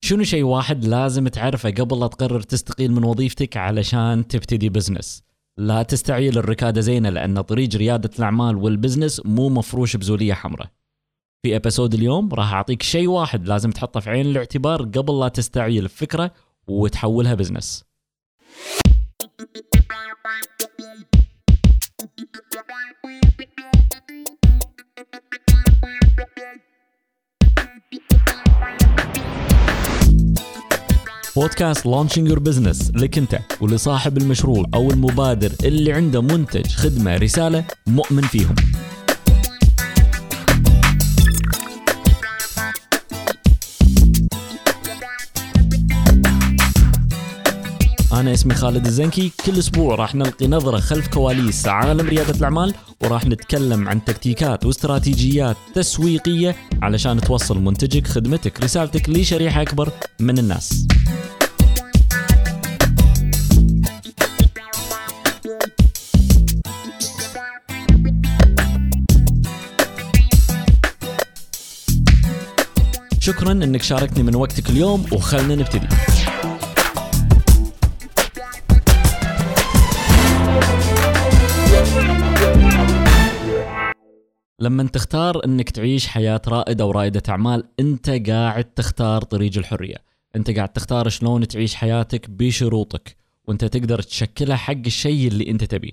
شنو شيء واحد لازم تعرفه قبل لا تقرر تستقيل من وظيفتك علشان تبتدي بزنس؟ لا تستعجل الركادة زينة، لأن طريق ريادة الأعمال والبزنس مو مفروش بزولية حمراء. في أبيسود اليوم راح أعطيك شيء واحد لازم تحطه في عين الاعتبار قبل لا تستعجل الفكرة وتحولها بزنس. بودكاست Launching Your Business لك أنت ولصاحب المشروع أو المبادر اللي عنده منتج، خدمة، رسالة مؤمن فيهم. أنا اسمي خالد الزنكي. كل أسبوع راح نلقي نظرة خلف كواليس عالم ريادة الأعمال، وراح نتكلم عن تكتيكات واستراتيجيات تسويقية علشان توصل منتجك، خدمتك، رسالتك لشريحة أكبر من الناس. شكرا انك شاركتني من وقتك اليوم، وخلنا نبتدي. لما تختار انك تعيش حياة رائد او رائدة اعمال، انت قاعد تختار طريق الحرية. انت قاعد تختار شلون تعيش حياتك بشروطك، وانت تقدر تشكلها حق الشيء اللي انت تبيه.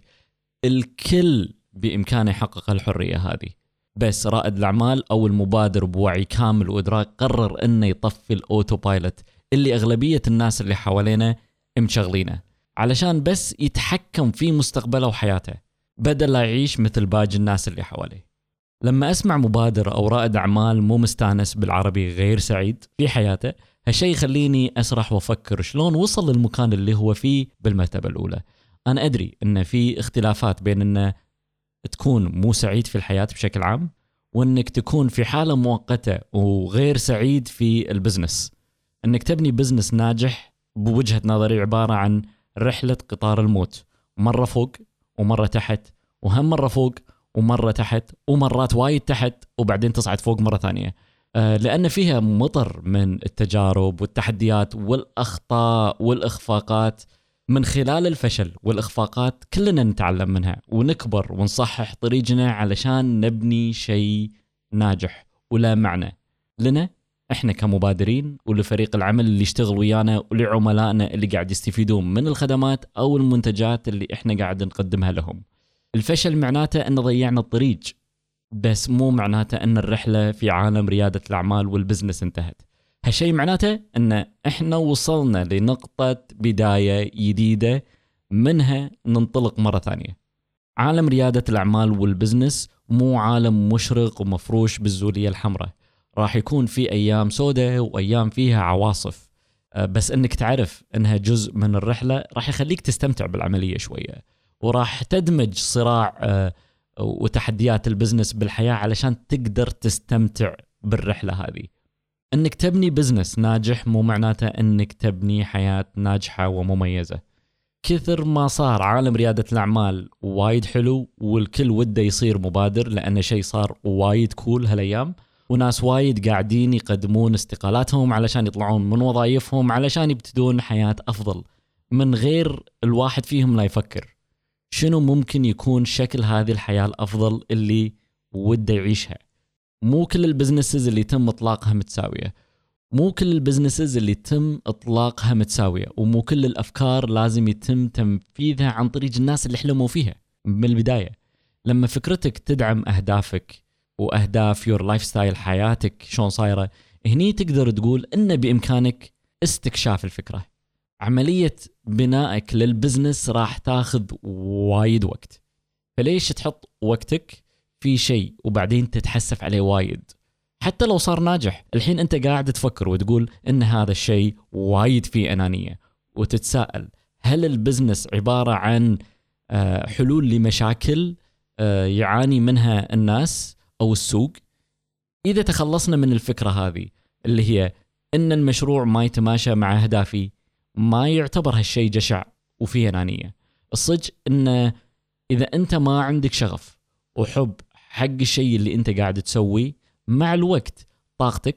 الكل بامكانه يحقق الحرية هذه، بس رائد الأعمال أو المبادر بوعي كامل وإدراك قرر إنه يطفي الأوتو بايلوت اللي أغلبية الناس اللي حوالينا مشغلينه، علشان بس يتحكم في مستقبله وحياته بدل لا يعيش مثل باقي الناس اللي حواليه. لما أسمع مبادر أو رائد أعمال مو مستانس، بالعربي غير سعيد في حياته، هالشيء يخليني أسرح وأفكر شلون وصل للمكان اللي هو فيه بالمرتبة الأولى. أنا أدري إن في اختلافات بين إنه تكون مو سعيد في الحياة بشكل عام، وانك تكون في حالة مؤقتة وغير سعيد في البزنس. انك تبني بزنس ناجح بوجهة نظري عبارة عن رحلة قطار الموت، مرة فوق ومرة تحت، وهم مرة فوق ومرة تحت، ومرات وايد تحت، وبعدين تصعد فوق مرة ثانية. لأن فيها مطر من التجارب والتحديات والأخطاء والإخفاقات. من خلال الفشل والإخفاقات كلنا نتعلم منها ونكبر ونصحح طريقنا علشان نبني شيء ناجح ولا معنى لنا إحنا كمبادرين، ولفريق العمل اللي يشتغل ويانا، ولعملائنا اللي قاعد يستفيدون من الخدمات أو المنتجات اللي إحنا قاعد نقدمها لهم. الفشل معناته أن ضيعنا الطريق، بس مو معناته أن الرحلة في عالم ريادة الأعمال والبزنس انتهت. هالشيء معناته أن إحنا وصلنا لنقطة بداية جديدة، منها ننطلق مرة ثانية. عالم ريادة الأعمال والبزنس مو عالم مشرق ومفروش بالزولية الحمراء. راح يكون في أيام سوداء وأيام فيها عواصف، بس أنك تعرف أنها جزء من الرحلة راح يخليك تستمتع بالعملية شوية، وراح تدمج صراع وتحديات البزنس بالحياة علشان تقدر تستمتع بالرحلة هذه. انك تبني بزنس ناجح مو معناته انك تبني حياة ناجحة ومميزة. كثر ما صار عالم ريادة الأعمال وايد حلو، والكل وده يصير مبادر لأنه شيء صار وايد كول هالأيام، وناس وايد قاعدين يقدمون استقالاتهم علشان يطلعون من وظائفهم علشان يبتدون حياة أفضل، من غير الواحد فيهم لا يفكر شنو ممكن يكون شكل هذه الحياة الأفضل اللي وده يعيشها. مو كل البزنسز اللي تم إطلاقها متساوية، مو كل البزنسز اللي تم إطلاقها متساوية، ومو كل الأفكار لازم يتم تنفيذها عن طريق الناس اللي حلموا فيها من البداية. لما فكرتك تدعم أهدافك وأهداف يور لايف ستايل، حياتك شون صايرة، هني تقدر تقول إن بإمكانك استكشاف الفكرة. عملية بنائك للبزنس راح تاخذ وايد وقت، فليش تحط وقتك في شيء وبعدين تتحسف عليه وايد؟ حتى لو صار ناجح، الحين أنت قاعد تفكر وتقول إن هذا الشيء وايد فيه أنانية، وتتساءل هل البزنس عبارة عن حلول لمشاكل يعاني منها الناس أو السوق؟ إذا تخلصنا من الفكرة هذه اللي هي إن المشروع ما يتماشى مع أهدافي، ما يعتبر هالشيء جشع وفيه أنانية. الصدق إن إذا أنت ما عندك شغف وحب حق الشيء اللي أنت قاعد تسويه، مع الوقت طاقتك،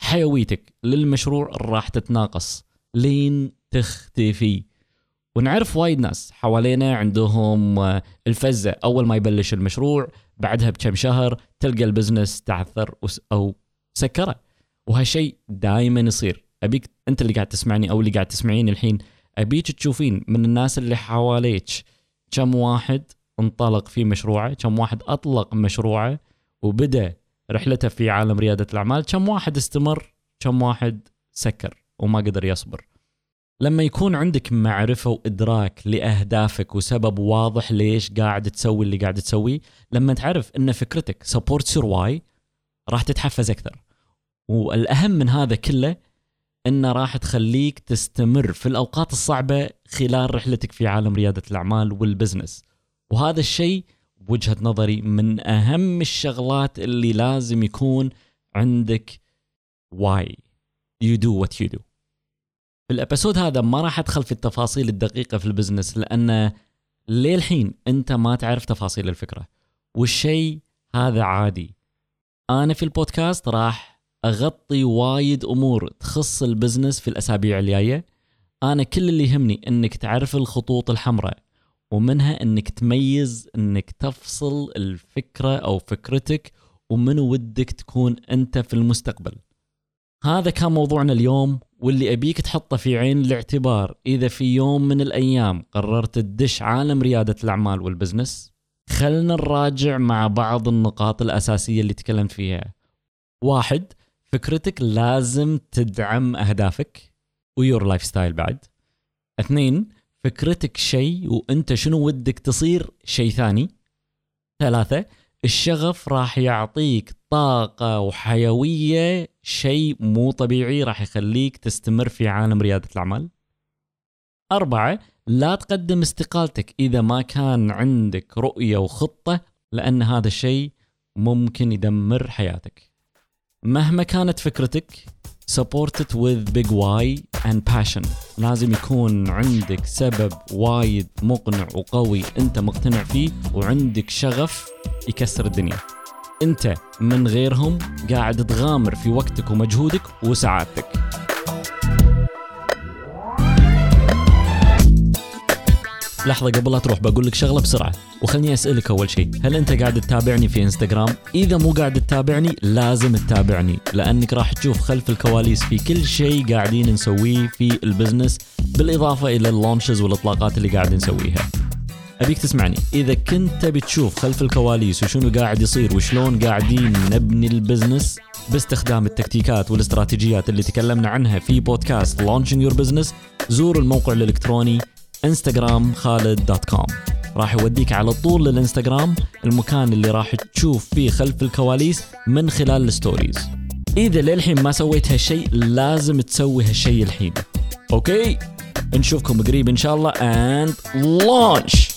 حيويتك للمشروع راح تتناقص لين تختفي. ونعرف وايد ناس حوالينا عندهم الفزة أول ما يبلش المشروع، بعدها بكم شهر تلقى البزنس تعثر أو سكره. وهالشيء دائما يصير. أبيك أنت اللي قاعد تسمعني أو اللي قاعد تسمعين الحين، أبيك تشوفين من الناس اللي حواليك كم واحد انطلق في مشروعه، كم واحد أطلق مشروعه وبدأ رحلته في عالم ريادة الأعمال، كم واحد استمر، كم واحد سكر وما قدر يصبر. لما يكون عندك معرفة وإدراك لأهدافك وسبب واضح ليش قاعد تسوي اللي قاعد تسويه، لما تعرف أن فكرتك supports your why راح تتحفز أكثر. والأهم من هذا كله أنه راح تخليك تستمر في الأوقات الصعبة خلال رحلتك في عالم ريادة الأعمال والبزنس. وهذا الشيء بوجهة نظري من أهم الشغلات اللي لازم يكون عندك why you do what you do. في الأبيسود هذا ما راح أدخل في التفاصيل الدقيقة في البزنس، لأن للحين أنت ما تعرف تفاصيل الفكرة، والشيء هذا عادي. أنا في البودكاست راح أغطي وايد أمور تخص البزنس في الأسابيع الجاية. أنا كل اللي يهمني أنك تعرف الخطوط الحمراء، ومنها أنك تميز، أنك تفصل الفكرة أو فكرتك ومن ودك تكون أنت في المستقبل. هذا كان موضوعنا اليوم، واللي أبيك تحطه في عين الاعتبار إذا في يوم من الأيام قررت تدش عالم ريادة الأعمال والبزنس. خلنا نراجع مع بعض النقاط الأساسية اللي تكلمت فيها. 1، فكرتك لازم تدعم أهدافك ويور لايف ستايل بعد. 2، فكرتك شيء وأنت شنو ودك تصير شيء ثاني. 3، الشغف راح يعطيك طاقة وحيوية، شيء مو طبيعي راح يخليك تستمر في عالم ريادة الأعمال. 4، لا تقدم استقالتك إذا ما كان عندك رؤية وخطة، لأن هذا الشيء ممكن يدمر حياتك. مهما كانت فكرتك support it with big why and passion. لازم يكون عندك سبب وايد مقنع وقوي أنت مقتنع فيه، وعندك شغف يكسر الدنيا. أنت من غيرهم قاعد تغامر في وقتك ومجهودك وسعادتك. لحظة قبل لا تروح بقول لك شغلة بسرعة، وخلني أسألك أول شيء، هل أنت قاعد تتابعني في إنستغرام؟ إذا مو قاعد تتابعني لازم تتابعني، لأنك راح تشوف خلف الكواليس في كل شيء قاعدين نسويه في البزنس، بالإضافة إلى اللونشز والإطلاقات اللي قاعد نسويها. أبيك تسمعني، إذا كنت تبي تشوف خلف الكواليس وشنو قاعد يصير وشلون قاعدين نبني البزنس باستخدام التكتيكات والاستراتيجيات اللي تكلمنا عنها في بودكاست Launching Your Business، زور الموقع الإلكتروني instagramkhaled.com. راح يوديك على طول للإنستغرام، المكان اللي راح تشوف فيه خلف الكواليس من خلال الستوريز. إذا للحين ما سويت هالشيء لازم تسوي هالشيء الحين. أوكي، نشوفكم قريب إن شاء الله and launch.